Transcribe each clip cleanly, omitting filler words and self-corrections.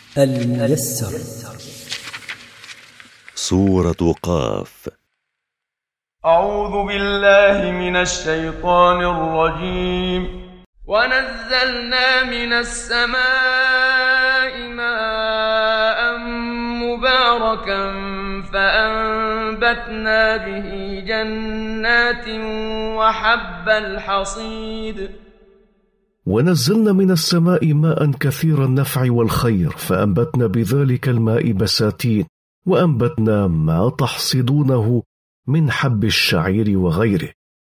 الميسر. سورة قاف. أعوذ بالله من الشيطان الرجيم. ونزلنا من السماء ماء مباركا فأنبتنا به جنات وحب الحصيد. ونزلنا من السماء ماء كثير النفع والخير فأنبتنا بذلك الماء بساتين، وأنبتنا ما تحصدونه من حب الشعير وغيره.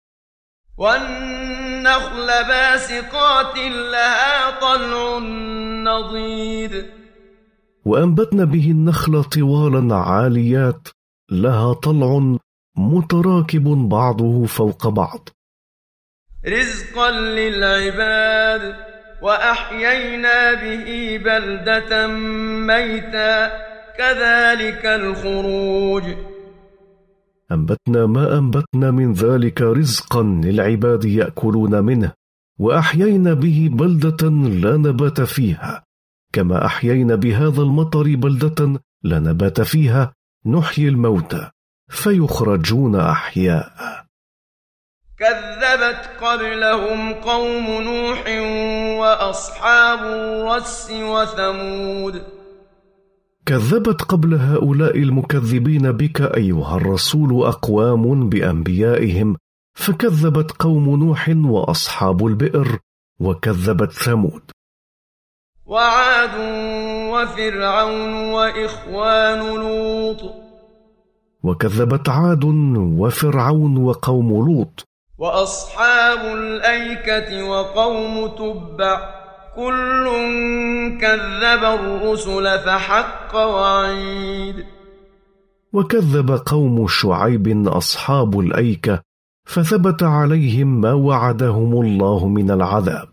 والنخل باسقات لها طلع نضيد. وأنبتنا به النخل طوالا عاليات لها طلع متراكب بعضه فوق بعض، رزقا للعباد. وأحيينا به بلدة ميتا كذلك الخروج. أنبتنا ما أنبتنا من ذلك رزقا للعباد يأكلون منه، وأحيينا به بلدة لا نبات فيها، كما أحيينا بهذا المطر بلدة لا نبات فيها نحيي الموتى فيخرجون أحياء. كذبت قبلهم قوم نوح وأصحاب الرس وثمود. كذبت قبل هؤلاء المكذبين بك أيها الرسول أقوام بأنبيائهم، فكذبت قوم نوح وأصحاب البئر، وكذبت ثمود. وعاد وفرعون وإخوان لوط. وكذبت عاد وفرعون وقوم لوط. وأصحاب الأيكة وقوم تبع كل كذب الرسل فحق وعيد. وكذب قوم شعيب أصحاب الأيكة فثبت عليهم ما وعدهم الله من العذاب.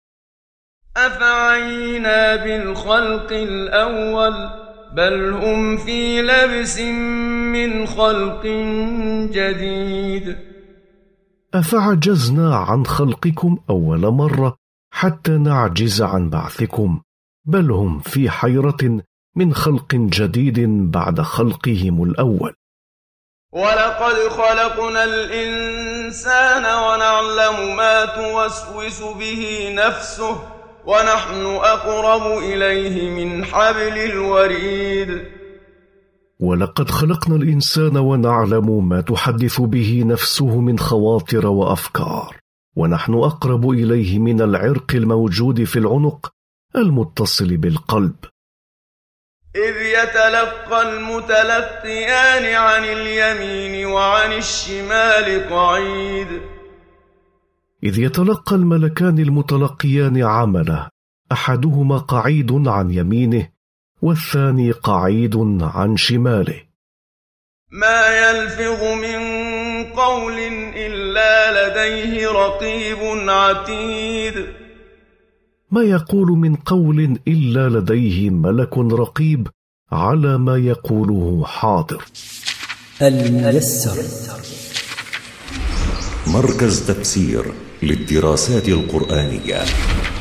أفعينا بالخلق الأول بل هم في لبس من خلق جديد. أفعجزنا عن خلقكم أول مرة حتى نعجز عن بعثكم، بل هم في حيرة من خلق جديد بعد خلقهم الأول. ولقد خلقنا الإنسان ونعلم ما توسوس به نفسه ونحن أقرب إليه من حبل الوريد. ولقد خلقنا الإنسان ونعلم ما تحدث به نفسه من خواطر وأفكار، ونحن أقرب إليه من العرق الموجود في العنق المتصل بالقلب. إذ يتلقى المتلقيان عن اليمين وعن الشمال قعيد. إذ يتلقى الملكان المتلقيان عمله، أحدهما قعيد عن يمينه والثاني قعيد عن شماله. ما يلفظ من قول إلا لديه رقيب عتيد. ما يقول من قول إلا لديه ملك رقيب على ما يقوله حاضر. الميسر. مركز تفسير للدراسات القرآنية.